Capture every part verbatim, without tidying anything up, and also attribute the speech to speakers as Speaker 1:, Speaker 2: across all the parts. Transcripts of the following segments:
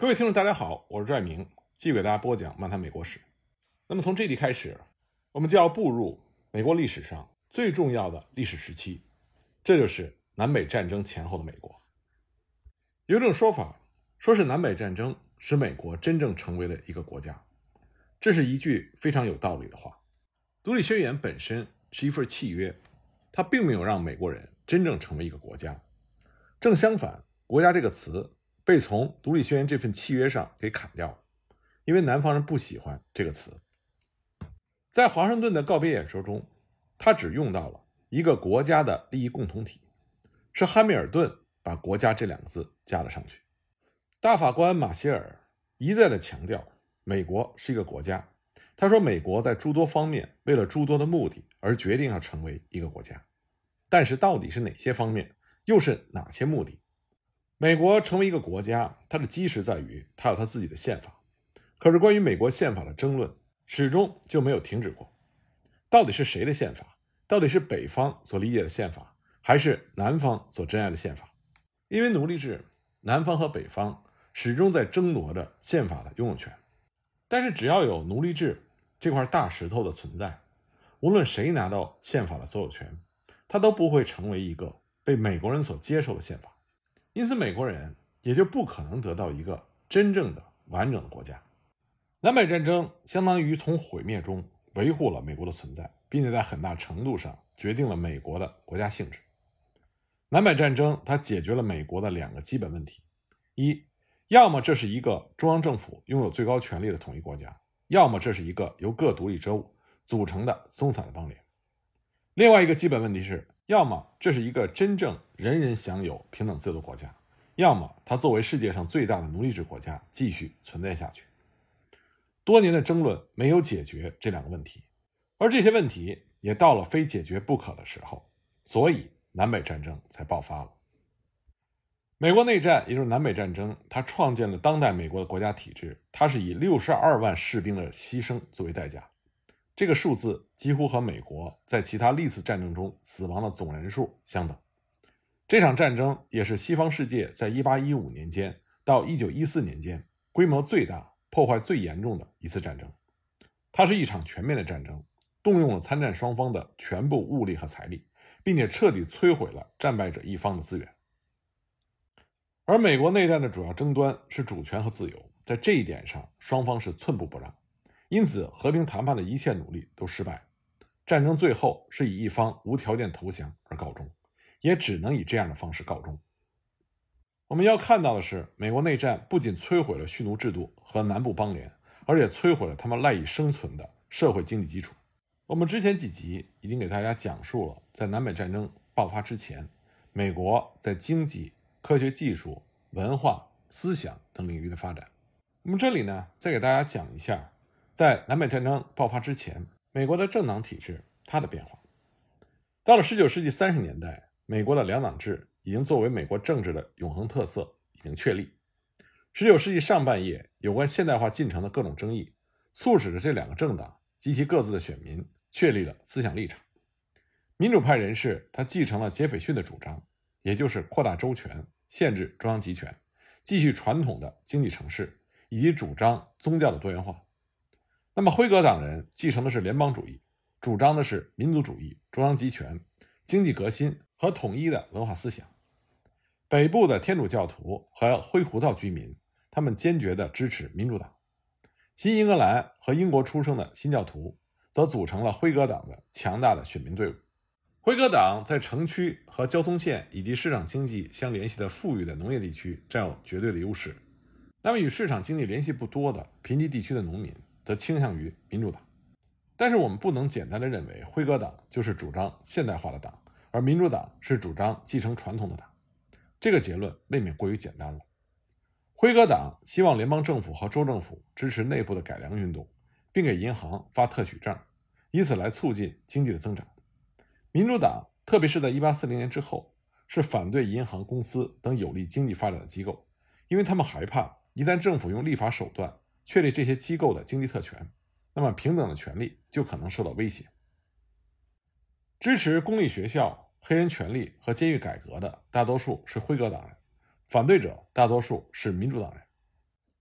Speaker 1: 各位听众大家好，我是拽明，继续给大家播讲漫谈美国史。那么从这集开始，我们就要步入美国历史上最重要的历史时期，这就是南北战争前后的美国。有一种说法，说是南北战争使美国真正成为了一个国家，这是一句非常有道理的话。独立宣言本身是一份契约，它并没有让美国人真正成为一个国家。正相反，国家这个词被从独立宣言这份契约上给砍掉了，因为南方人不喜欢这个词。在华盛顿的告别演说中，他只用到了一个国家的利益共同体，是汉密尔顿把国家这两个字加了上去。大法官马歇尔一再的强调美国是一个国家，他说美国在诸多方面为了诸多的目的而决定要成为一个国家，但是到底是哪些方面，又是哪些目的？美国成为一个国家，它的基石在于它有它自己的宪法，可是关于美国宪法的争论始终就没有停止过。到底是谁的宪法？到底是北方所理解的宪法，还是南方所珍爱的宪法？因为奴隶制，南方和北方始终在争夺着宪法的拥有权。但是只要有奴隶制这块大石头的存在，无论谁拿到宪法的所有权，它都不会成为一个被美国人所接受的宪法。因此美国人也就不可能得到一个真正的完整的国家。南北战争相当于从毁灭中维护了美国的存在，并且在很大程度上决定了美国的国家性质。南北战争它解决了美国的两个基本问题：一，要么这是一个中央政府拥有最高权力的统一国家，要么这是一个由各独立州组成的松散的邦联。另外一个基本问题是，要么这是一个真正人人享有平等自由的国家，要么它作为世界上最大的奴隶制国家继续存在下去。多年的争论没有解决这两个问题，而这些问题也到了非解决不可的时候，所以南北战争才爆发了。美国内战，也就是南北战争，它创建了当代美国的国家体制，它是以六十二万士兵的牺牲作为代价。这个数字几乎和美国在其他历次战争中死亡的总人数相等。这场战争也是西方世界在一八一五年间到一九一四年间规模最大、破坏最严重的一次战争。它是一场全面的战争，动用了参战双方的全部物力和财力，并且彻底摧毁了战败者一方的资源。而美国内战的主要争端是主权和自由，在这一点上双方是寸步不让。因此和平谈判的一切努力都失败，战争最后是以一方无条件投降而告终，也只能以这样的方式告终。我们要看到的是，美国内战不仅摧毁了蓄奴制度和南部邦联，而且摧毁了他们赖以生存的社会经济基础。我们之前几集已经给大家讲述了在南北战争爆发之前，美国在经济、科学技术、文化、思想等领域的发展。我们这里呢，再给大家讲一下在南北战争爆发之前，美国的政党体制它的变化。到了十九世纪三十年代，美国的两党制已经作为美国政治的永恒特色已经确立。十九世纪上半叶，有关现代化进程的各种争议，促使着这两个政党及其各自的选民确立了思想立场。民主派人士他继承了杰斐逊的主张，也就是扩大州权、限制中央集权、继续传统的经济城市，以及主张宗教的多元化。那么辉格党人继承的是联邦主义，主张的是民族主义、中央集权、经济革新和统一的文化思想。北部的天主教徒和灰胡桃居民，他们坚决地支持民主党。新英格兰和英国出生的新教徒则组成了辉格党的强大的选民队伍。辉格党在城区和交通线以及市场经济相联系的富裕的农业地区占有绝对的优势，那么与市场经济联系不多的贫瘠地区的农民则倾向于民主党。但是我们不能简单的认为辉格党就是主张现代化的党，而民主党是主张继承传统的党，这个结论未免过于简单了。辉格党希望联邦政府和州政府支持内部的改良运动，并给银行发特许证，以此来促进经济的增长。民主党特别是在一八四零年之后，是反对银行、公司等有利经济发展的机构，因为他们害怕一旦政府用立法手段确立这些机构的经济特权，那么平等的权利就可能受到威胁。支持公立学校、黑人权利和监狱改革的大多数是辉格党人，反对者大多数是民主党人。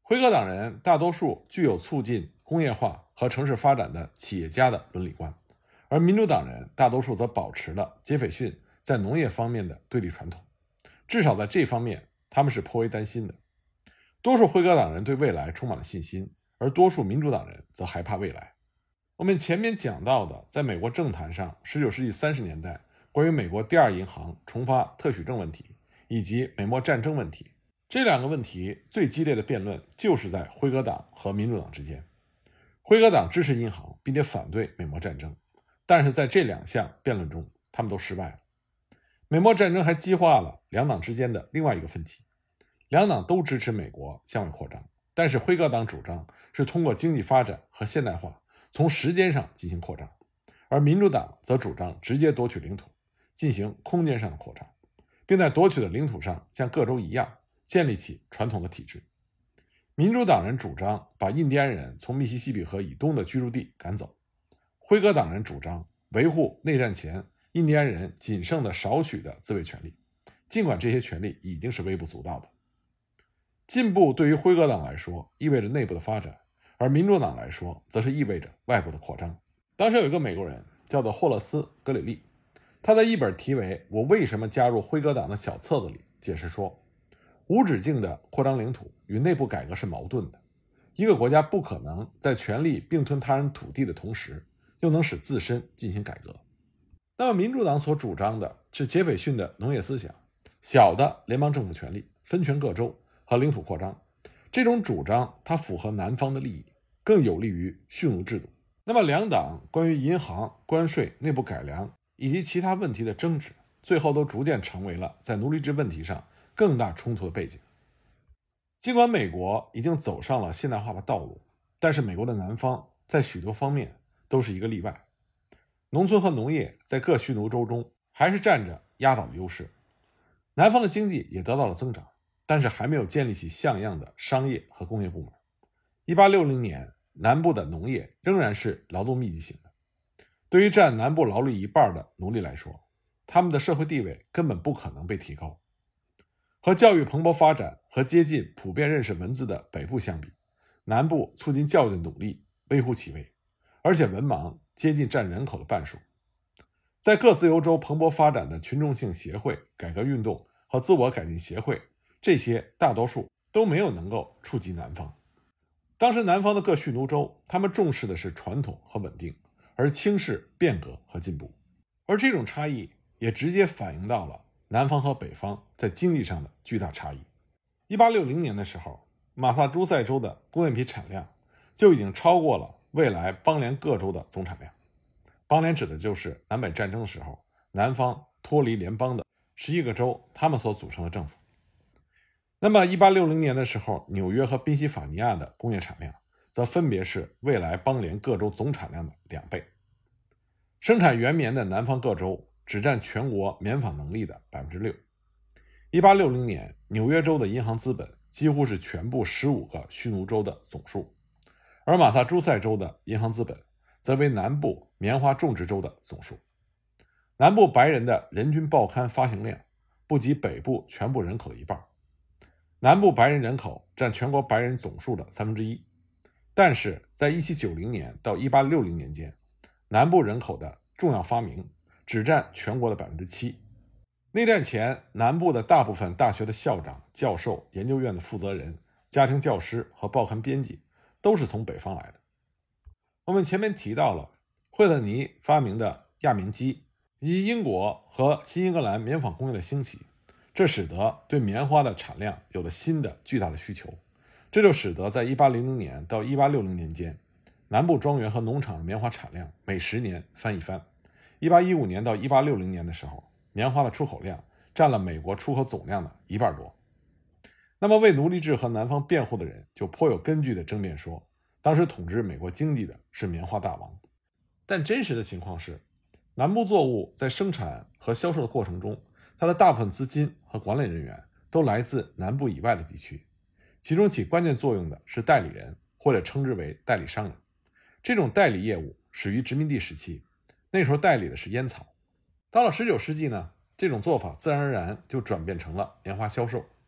Speaker 1: 辉格党人大多数具有促进工业化和城市发展的企业家的伦理观，而民主党人大多数则保持了杰斐逊在农业方面的对立传统，至少在这方面他们是颇为担心的。多数辉格党人对未来充满了信心，而多数民主党人则害怕未来。我们前面讲到的在美国政坛上十九世纪三十年代关于美国第二银行重发特许证问题以及美墨战争问题，这两个问题最激烈的辩论就是在辉格党和民主党之间。辉格党支持银行并且反对美墨战争，但是在这两项辩论中他们都失败了。美墨战争还激化了两党之间的另外一个分歧，两党都支持美国向外扩张，但是辉格党主张是通过经济发展和现代化从时间上进行扩张，而民主党则主张直接夺取领土，进行空间上的扩张，并在夺取的领土上像各州一样建立起传统的体制。民主党人主张把印第安人从密西西比河以东的居住地赶走，辉格党人主张维护内战前印第安人仅剩的少许的自卫权利，尽管这些权利已经是微不足道的。进步对于辉格党来说意味着内部的发展，而民主党来说则是意味着外部的扩张。当时有一个美国人叫做霍勒斯·格里利，他在一本题为《我为什么加入辉格党》的小册子里解释说，无止境的扩张领土与内部改革是矛盾的，一个国家不可能在全力并吞他人土地的同时又能使自身进行改革。那么民主党所主张的是杰斐逊的农业思想，小的联邦政府权力，分权各州和领土扩张，这种主张它符合南方的利益，更有利于蓄奴制度。那么两党关于银行、关税、内部改良以及其他问题的争执，最后都逐渐成为了在奴隶制问题上更大冲突的背景。尽管美国已经走上了现代化的道路，但是美国的南方在许多方面都是一个例外。农村和农业在各蓄奴州中还是占着压倒的优势，南方的经济也得到了增长，但是还没有建立起像样的商业和工业部门。一八六零年，南部的农业仍然是劳动密集型的，对于占南部劳力一半的奴隶来说，他们的社会地位根本不可能被提高。和教育蓬勃发展和接近普遍认识文字的北部相比，南部促进教育的努力微乎其微，而且文盲接近占人口的半数。在各自由州蓬勃发展的群众性协会、改革运动和自我改进协会，这些大多数都没有能够触及南方。当时南方的各蓄奴州，他们重视的是传统和稳定，而轻视变革和进步。而这种差异也直接反映到了南方和北方在经济上的巨大差异。一八六零年的时候，马萨诸塞州的工业品产量就已经超过了未来邦联各州的总产量。邦联指的就是南北战争的时候，南方脱离联邦的十一个州他们所组成的政府。那么一八六零年的时候，纽约和宾夕法尼亚的工业产量则分别是未来邦联各州总产量的两倍。生产原棉的南方各州只占全国棉纺能力的 百分之六。 一八六零年，纽约州的银行资本几乎是全部十五个蓄奴州的总数，而马萨诸塞州的银行资本则为南部棉花种植州的总数。南部白人的人均报刊发行量不及北部全部人口的一半，南部白人人口占全国白人总数的三分之一，但是在一七九零年到一八六零年间，南部人口的重要发明只占全国的 百分之七。 内战前，南部的大部分大学的校长、教授、研究院的负责人、家庭教师和报刊编辑都是从北方来的。我们前面提到了惠特尼发明的轧棉机，以及英国和新英格兰棉纺工业的兴起，这使得对棉花的产量有了新的巨大的需求。这就使得在一八零零年到一八六零年间，南部庄园和农场的棉花产量每十年翻一番。一八一五年到一八六零年的时候，棉花的出口量占了美国出口总量的一半多。那么为奴隶制和南方辩护的人就颇有根据的争辩说，当时统治美国经济的是棉花大王。但真实的情况是，南部作物在生产和销售的过程中，它的大部分资金和管理人员都来自南部以外的地区，其中起关键作用的是代理人，或者称之为代理商人。这种代理业务始于殖民地时期，那时候代理的是烟草。到了十九世纪呢，这种做法自然而然就转变成了棉花销售。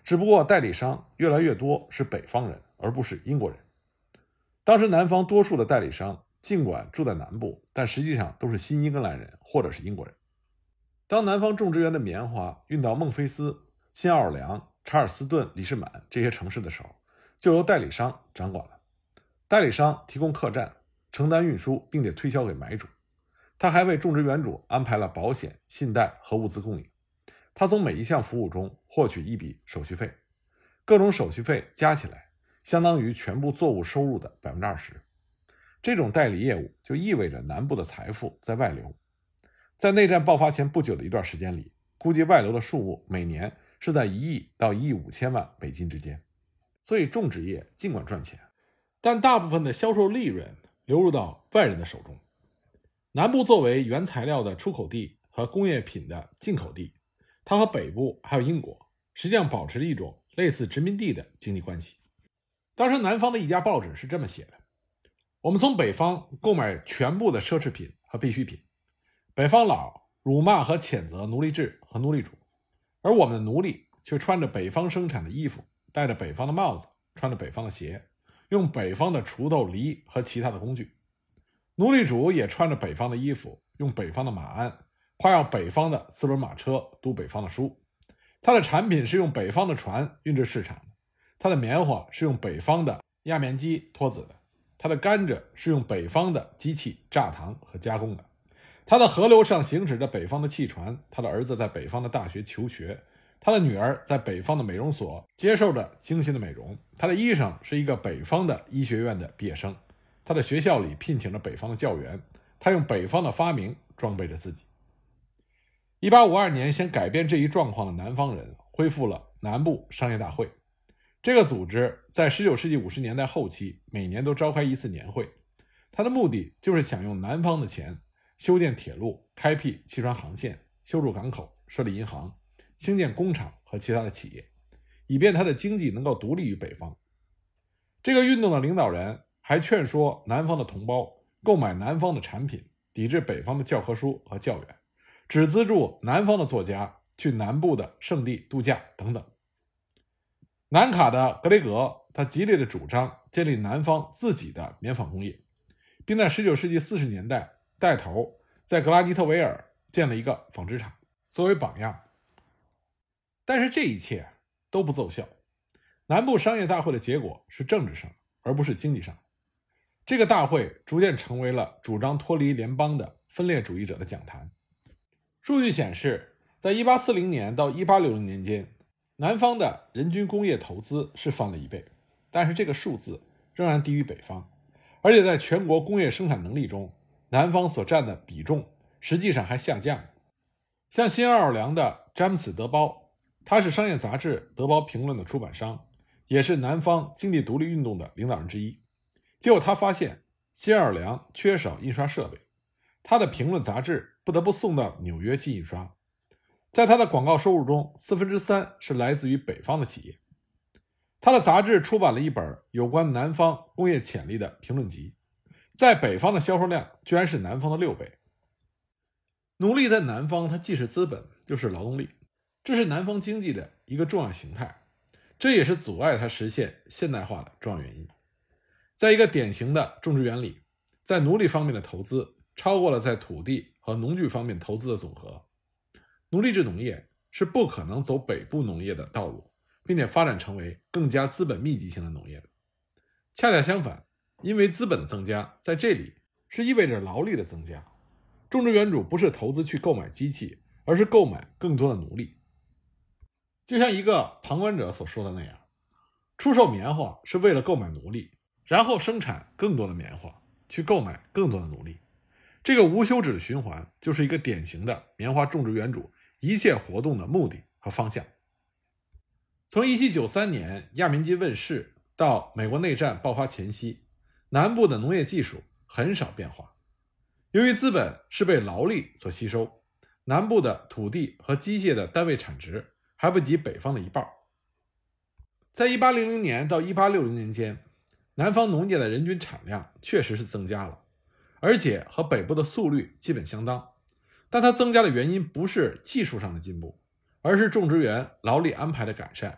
Speaker 1: 只不过代理商越来越多是北方人，而不是英国人。当时南方多数的代理商尽管住在南部，但实际上都是新英格兰人或者是英国人。当南方种植园的棉花运到孟菲斯、新奥尔良、查尔斯顿、里士满这些城市的时候，就由代理商掌管了。代理商提供客栈，承担运输，并且推销给买主。他还为种植园主安排了保险、信贷和物资供应。他从每一项服务中获取一笔手续费，各种手续费加起来相当于全部作物收入的 百分之二十。 这种代理业务就意味着南部的财富在外流。在内战爆发前不久的一段时间里，估计外流的数目每年是在一亿到一亿五千万美金之间。所以种植业尽管赚钱，但大部分的销售利润流入到外人的手中。南部作为原材料的出口地和工业品的进口地，它和北部还有英国实际上保持着一种类似殖民地的经济关系。当时南方的一家报纸是这么写的：我们从北方购买全部的奢侈品和必需品，北方佬辱骂和谴责奴隶制和奴隶主，而我们的奴隶却穿着北方生产的衣服，戴着北方的帽子，穿着北方的鞋，用北方的锄头、犁和其他的工具。奴隶主也穿着北方的衣服，用北方的马鞍，夸耀北方的四轮马车，读北方的书。他的产品是用北方的船运至市场的，他的棉花是用北方的压棉机脱籽的，他的甘蔗是用北方的机器榨糖和加工的，他的河流上行驶着北方的汽船，他的儿子在北方的大学求学，他的女儿在北方的美容所接受着精心的美容，他的医生是一个北方的医学院的毕业生，他的学校里聘请着北方的教员，他用北方的发明装备着自己。一八五二年，想改变这一状况的南方人恢复了南部商业大会。这个组织在十九世纪五十年代后期每年都召开一次年会，它的目的就是想用南方的钱修建铁路，开辟汽船航线，修筑港口，设立银行，兴建工厂和其他的企业，以便它的经济能够独立于北方。这个运动的领导人还劝说南方的同胞购买南方的产品，抵制北方的教科书和教员，只资助南方的作家去南部的圣地度假等等。南卡的格雷格他极力的主张建立南方自己的棉纺工业，并在十九世纪四十年代带头在格拉尼特维尔建了一个纺织厂作为榜样。但是这一切都不奏效，南部商业大会的结果是政治上而不是经济上。这个大会逐渐成为了主张脱离联邦的分裂主义者的讲坛。数据显示，在一八四零年到一八六零年间，南方的人均工业投资是翻了一倍，但是这个数字仍然低于北方，而且在全国工业生产能力中，南方所占的比重实际上还下降。像新奥尔良的詹姆斯·德包，他是商业杂志《德包评论》的出版商，也是南方经济独立运动的领导人之一。结果他发现新奥尔良缺少印刷设备，他的评论杂志不得不送到纽约去印刷。在他的广告收入中，四分之三是来自于北方的企业。他的杂志出版了一本有关南方工业潜力的评论集，在北方的销售量居然是南方的六倍。奴隶在南方，它既是资本又是劳动力，这是南方经济的一个重要形态，这也是阻碍它实现现代化的重要原因。在一个典型的种植园里，在奴隶方面的投资超过了在土地和农具方面投资的总和。奴隶制农业是不可能走北部农业的道路，并且发展成为更加资本密集型的农业的。恰恰相反，因为资本的增加在这里是意味着劳力的增加，种植园主不是投资去购买机器，而是购买更多的奴隶。就像一个旁观者所说的那样，出售棉花是为了购买奴隶，然后生产更多的棉花，去购买更多的奴隶。这个无休止的循环就是一个典型的棉花种植园主一切活动的目的和方向。从一七九三年亚民金问世到美国内战爆发前夕，南部的农业技术很少变化。由于资本是被劳力所吸收，南部的土地和机械的单位产值还不及北方的一半。在一八零零年到一八六零年间，南方农业的人均产量确实是增加了，而且和北部的速率基本相当，但它增加的原因不是技术上的进步，而是种植园劳力安排的改善，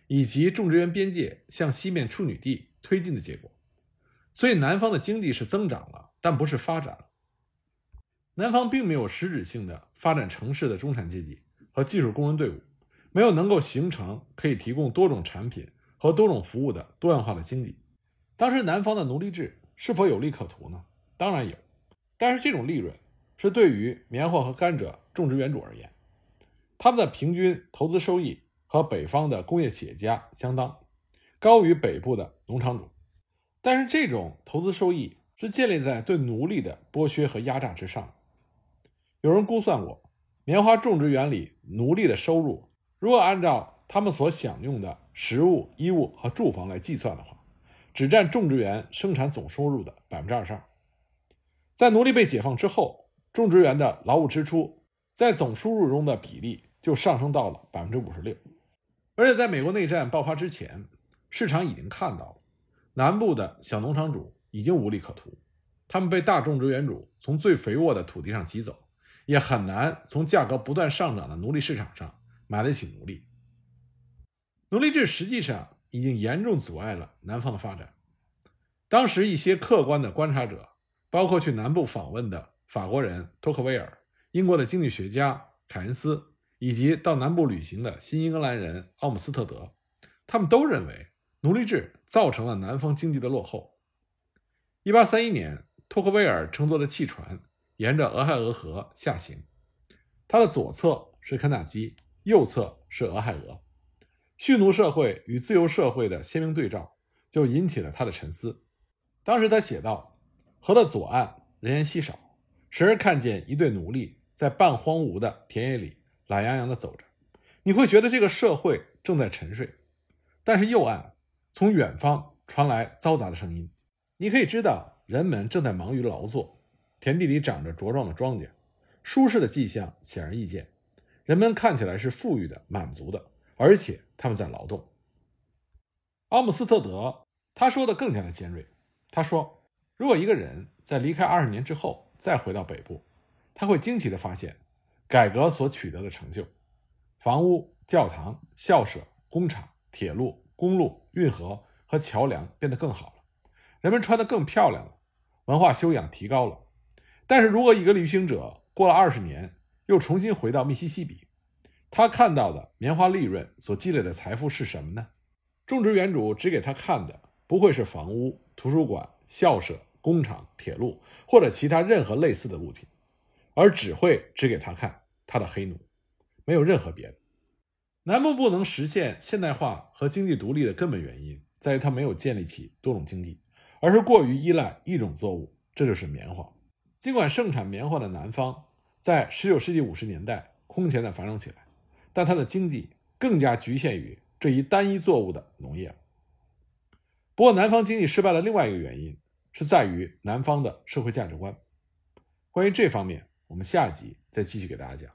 Speaker 1: 以及种植园边界向西面处女地推进的结果。所以南方的经济是增长了，但不是发展了。南方并没有实质性的发展城市的中产阶级和技术工人队伍，没有能够形成可以提供多种产品和多种服务的多样化的经济。当时南方的奴隶制是否有利可图呢？当然有，但是这种利润是对于棉花和甘蔗种植园主而言，他们的平均投资收益和北方的工业企业家相当，高于北部的农场主。但是这种投资收益是建立在对奴隶的剥削和压榨之上。有人估算过，棉花种植园里奴隶的收入，如果按照他们所享用的食物、衣物和住房来计算的话，只占种植园生产总收入的 百分之二十二。 在奴隶被解放之后，种植园的劳务支出在总收入中的比例就上升到了 百分之五十六。 而且在美国内战爆发之前，市场已经看到了南部的小农场主已经无利可图，他们被大种植园主从最肥沃的土地上挤走，也很难从价格不断上涨的奴隶市场上买得起奴隶。奴隶制实际上已经严重阻碍了南方的发展。当时一些客观的观察者，包括去南部访问的法国人托克维尔、英国的经济学家凯恩斯，以及到南部旅行的新英格兰人奥姆斯特德，他们都认为奴隶制造成了南方经济的落后。一八三一年，托克维尔乘坐的汽船沿着俄亥俄河下行，他的左侧是肯塔基，右侧是俄亥俄。蓄奴社会与自由社会的鲜明对照就引起了他的沉思。当时他写道，河的左岸人烟稀少，时而看见一对奴隶在半荒芜的田野里懒洋洋地走着，你会觉得这个社会正在沉睡。但是右岸从远方传来嘈杂的声音，你可以知道人们正在忙于劳作，田地里长着茁壮的庄稼，舒适的迹象显而易见，人们看起来是富裕的、满足的，而且他们在劳动。奥姆斯特德他说的更加的尖锐，他说，如果一个人在离开二十年之后再回到北部，他会惊奇地发现改革所取得的成就，房屋、教堂、校舍、工厂、铁路、公路、运河和桥梁变得更好了，人们穿得更漂亮了，文化修养提高了。但是如果一个旅行者过了二十年又重新回到密西西比，他看到的棉花利润所积累的财富是什么呢？种植园主只给他看的不会是房屋、图书馆、校舍、工厂、铁路或者其他任何类似的物品，而只会只给他看他的黑奴，没有任何别的。南部不能实现现代化和经济独立的根本原因在于它没有建立起多种经济，而是过于依赖一种作物，这就是棉花。尽管盛产棉花的南方在十九世纪五十年代空前的繁荣起来，但它的经济更加局限于这一单一作物的农业。不过南方经济失败的另外一个原因是在于南方的社会价值观。关于这方面，我们下集再继续给大家讲。